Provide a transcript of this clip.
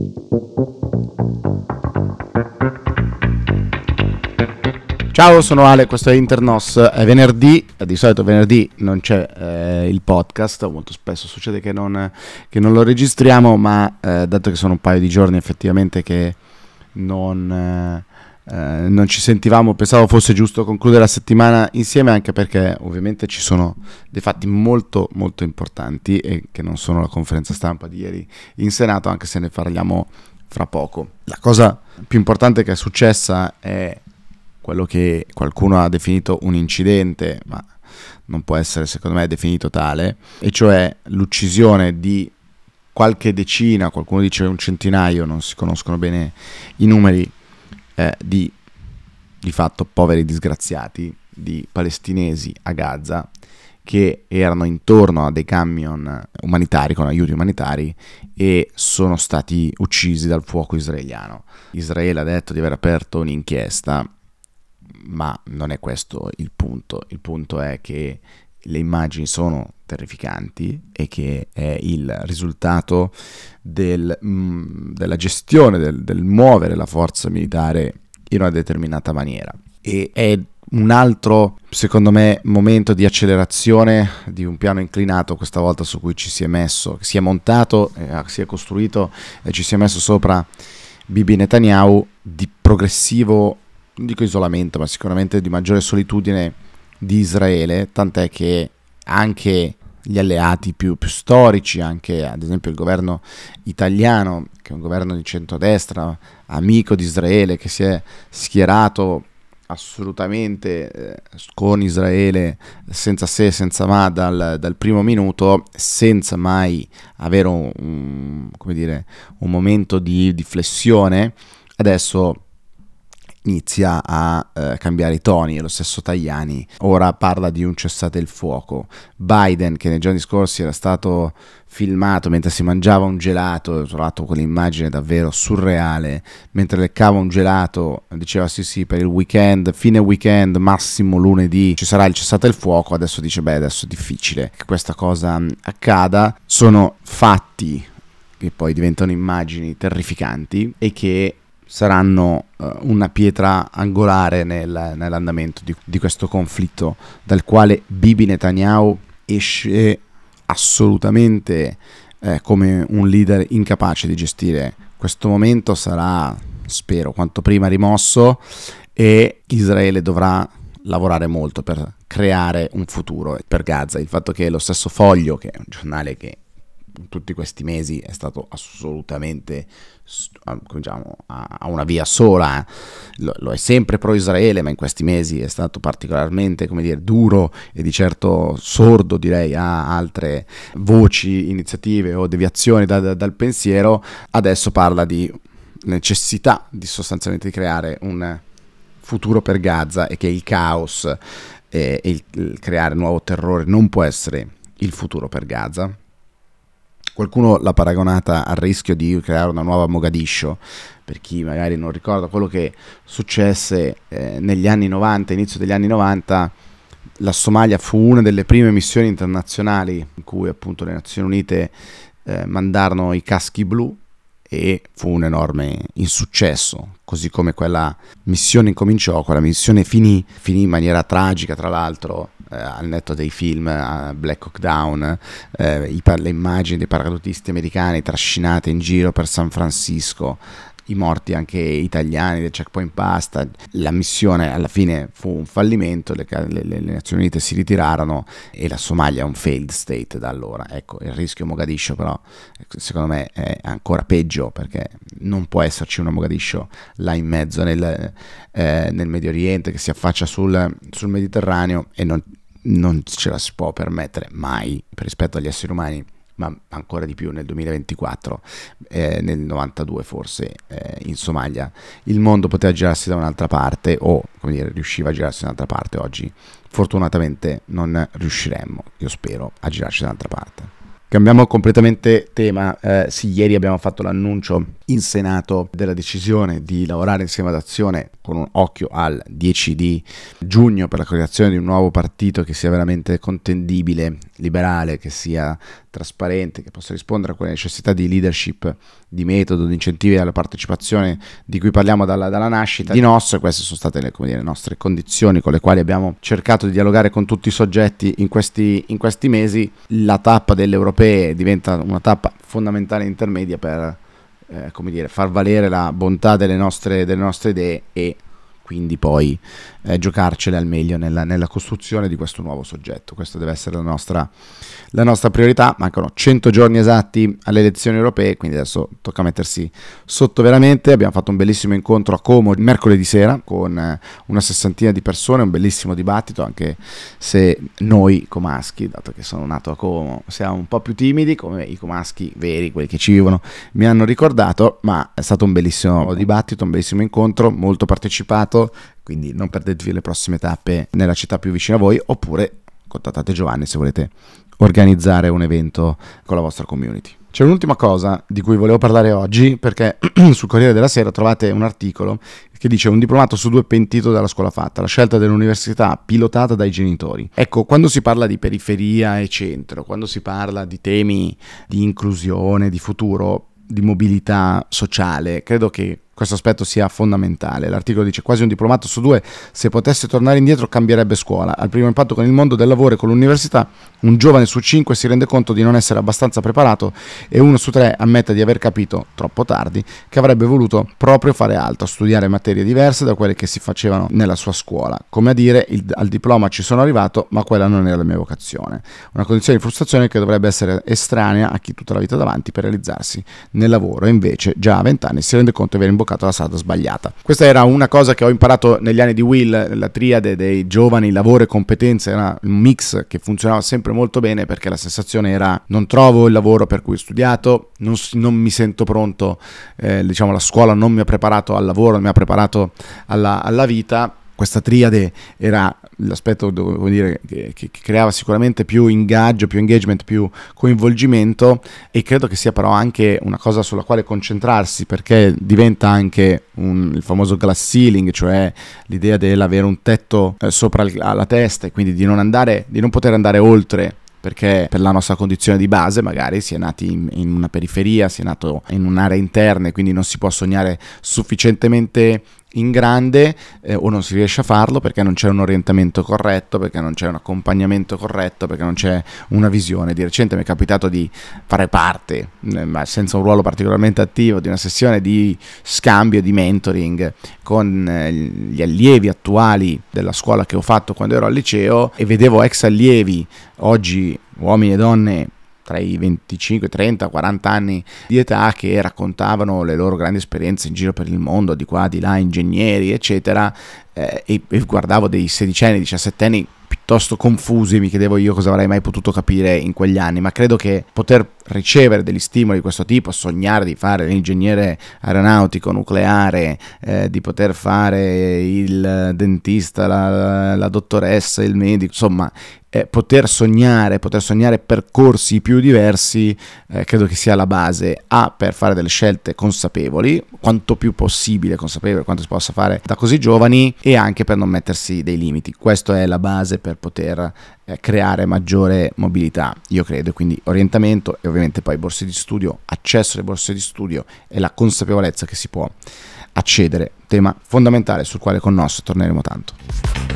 Ciao, sono Ale, questo è Internos, è venerdì, di solito venerdì non c'è il podcast, molto spesso succede che non lo registriamo, ma dato che sono un paio di giorni effettivamente che non ci sentivamo, pensavo fosse giusto concludere la settimana insieme, anche perché ovviamente ci sono dei fatti molto molto importanti e che non sono la conferenza stampa di ieri in Senato, anche se ne parliamo fra poco. La cosa più importante che è successa è quello che qualcuno ha definito un incidente, ma non può essere secondo me definito tale, e cioè l'uccisione di qualche decina, qualcuno dice un centinaio, non si conoscono bene i numeri, di fatto poveri disgraziati, di palestinesi a Gaza, che erano intorno a dei camion umanitari, con aiuti umanitari, e sono stati uccisi dal fuoco israeliano. Israele ha detto di aver aperto un'inchiesta, ma non è questo il punto. Il punto è che le immagini sono terrificanti e che è il risultato della gestione, del muovere la forza militare in una determinata maniera. E è un altro, secondo me, momento di accelerazione di un piano inclinato, questa volta su cui ci si è messo, si è montato, si è costruito e ci si è messo sopra Bibi Netanyahu, di progressivo, non dico isolamento, ma sicuramente di maggiore solitudine di Israele, tant'è che anche gli alleati più storici, anche ad esempio il governo italiano, che è un governo di centrodestra, amico di Israele, che si è schierato assolutamente con Israele senza se, senza ma dal primo minuto, senza mai avere un momento di flessione, adesso inizia a cambiare i toni. E lo stesso Tajani ora parla di un cessate il fuoco. Biden, che nei giorni scorsi era stato filmato mentre si mangiava un gelato, ho trovato quell'immagine davvero surreale, mentre leccava un gelato, diceva sì per il weekend, fine weekend, massimo lunedì ci sarà il cessate il fuoco. Adesso dice adesso è difficile che questa cosa accada. Sono fatti che poi diventano immagini terrificanti e che saranno una pietra angolare nell'andamento di questo conflitto, dal quale Bibi Netanyahu esce assolutamente come un leader incapace di gestire questo momento. Sarà, spero, quanto prima rimosso, e Israele dovrà lavorare molto per creare un futuro per Gaza. Il fatto che lo stesso Foglio, che è un giornale che in tutti questi mesi è stato assolutamente, a una via sola, lo è sempre pro Israele, ma in questi mesi è stato particolarmente, duro e di certo sordo, direi, a altre voci, iniziative o deviazioni dal pensiero. Adesso parla di necessità di sostanzialmente creare un futuro per Gaza, e che il caos e il creare nuovo terrore non può essere il futuro per Gaza. Qualcuno l'ha paragonata al rischio di creare una nuova Mogadiscio. Per chi magari non ricorda quello che successe negli anni 90, inizio degli anni 90, la Somalia fu una delle prime missioni internazionali in cui appunto le Nazioni Unite mandarono i caschi blu, e fu un enorme insuccesso. Così come quella missione incominciò, quella missione finì in maniera tragica, tra l'altro, al netto dei film Black Hawk Down, le immagini dei paracadutisti americani trascinate in giro per San Francisco, i morti anche italiani del checkpoint Pasta. La missione alla fine fu un fallimento, le Nazioni Unite si ritirarono e la Somalia è un failed state da allora. Ecco, il rischio Mogadiscio però secondo me è ancora peggio, perché non può esserci una Mogadiscio là in mezzo nel Medio Oriente, che si affaccia sul Mediterraneo, e non ce la si può permettere mai, per rispetto agli esseri umani, ma ancora di più nel 2024, nel 92 forse, in Somalia il mondo poteva girarsi da un'altra parte, o riusciva a girarsi da un'altra parte. Oggi fortunatamente non riusciremmo, io spero, a girarci da un'altra parte. Cambiamo completamente tema. Sì, ieri abbiamo fatto l'annuncio in Senato della decisione di lavorare insieme ad Azione, con un occhio al 10 di giugno, per la creazione di un nuovo partito che sia veramente contendibile, liberale, che sia trasparente, che possa rispondere a quelle necessità di leadership, di metodo, di incentivi alla partecipazione di cui parliamo dalla nascita di NOS. Queste sono state le nostre condizioni con le quali abbiamo cercato di dialogare con tutti i soggetti in questi mesi. La tappa delle europee diventa una tappa fondamentale intermedia per far valere la bontà delle nostre idee e quindi poi giocarcele al meglio nella costruzione di questo nuovo soggetto. Questa deve essere la nostra priorità. Mancano 100 giorni esatti alle elezioni europee, quindi adesso tocca mettersi sotto veramente. Abbiamo fatto un bellissimo incontro a Como mercoledì sera con una 60ina di persone, un bellissimo dibattito, anche se noi comaschi, dato che sono nato a Como, siamo un po' più timidi, come i comaschi veri, quelli che ci vivono, mi hanno ricordato, ma è stato un bellissimo dibattito, un bellissimo incontro, molto partecipato. Quindi non perdetevi le prossime tappe nella città più vicina a voi, oppure contattate Giovanni se volete organizzare un evento con la vostra community. C'è un'ultima cosa di cui volevo parlare oggi, perché sul Corriere della Sera trovate un articolo che dice: un diplomato su 2 pentito dalla scuola fatta, la scelta dell'università pilotata dai genitori. Ecco, quando si parla di periferia e centro, quando si parla di temi di inclusione, di futuro, di mobilità sociale, credo che questo aspetto sia fondamentale. L'articolo dice: quasi un diplomato su 2, se potesse tornare indietro, cambierebbe scuola. Al primo impatto con il mondo del lavoro e con l'università, un giovane su 5 si rende conto di non essere abbastanza preparato e 1 su 3 ammette di aver capito, troppo tardi, che avrebbe voluto proprio fare altro, studiare materie diverse da quelle che si facevano nella sua scuola. Come a dire, al diploma ci sono arrivato, ma quella non era la mia vocazione. Una condizione di frustrazione che dovrebbe essere estranea a chi tutta la vita davanti per realizzarsi nel lavoro, e invece già a 20 anni si rende conto di aver imboccato la strada sbagliata. Questa era una cosa che ho imparato negli anni di Will, la triade dei giovani, lavoro e competenze, era un mix che funzionava sempre molto bene, perché la sensazione era: non trovo il lavoro per cui ho studiato, non mi sento pronto, la scuola non mi ha preparato al lavoro, non mi ha preparato alla vita. Questa triade era l'aspetto, devo dire, che creava sicuramente più ingaggio, più engagement, più coinvolgimento, e credo che sia però anche una cosa sulla quale concentrarsi, perché diventa anche il famoso glass ceiling, cioè l'idea dell'avere un tetto sopra la testa, e quindi di non poter andare oltre, perché per la nostra condizione di base magari si è nati in una periferia, si è nato in un'area interna, e quindi non si può sognare sufficientemente in grande, o non si riesce a farlo perché non c'è un orientamento corretto, perché non c'è un accompagnamento corretto, perché non c'è una visione. Di recente mi è capitato di fare parte, ma senza un ruolo particolarmente attivo, di una sessione di scambio, di mentoring con gli allievi attuali della scuola che ho fatto quando ero al liceo, e vedevo ex allievi, oggi uomini e donne tra i 25, 30, 40 anni di età, che raccontavano le loro grandi esperienze in giro per il mondo, di qua, di là, ingegneri, eccetera, e guardavo dei 16 17 piuttosto confusi, mi chiedevo io cosa avrei mai potuto capire in quegli anni. Ma credo che poter ricevere degli stimoli di questo tipo, sognare di fare l'ingegnere aeronautico nucleare, di poter fare il dentista, la dottoressa, il medico, insomma, poter sognare percorsi più diversi, credo che sia la base per fare delle scelte consapevoli, quanto più possibile consapevoli, quanto si possa fare da così giovani, e anche per non mettersi dei limiti. Questa è la base per poter creare maggiore mobilità, io credo. Quindi orientamento, e ovviamente poi borse di studio, accesso alle borse di studio e la consapevolezza che si può accedere, tema fondamentale sul quale con NOS torneremo tanto.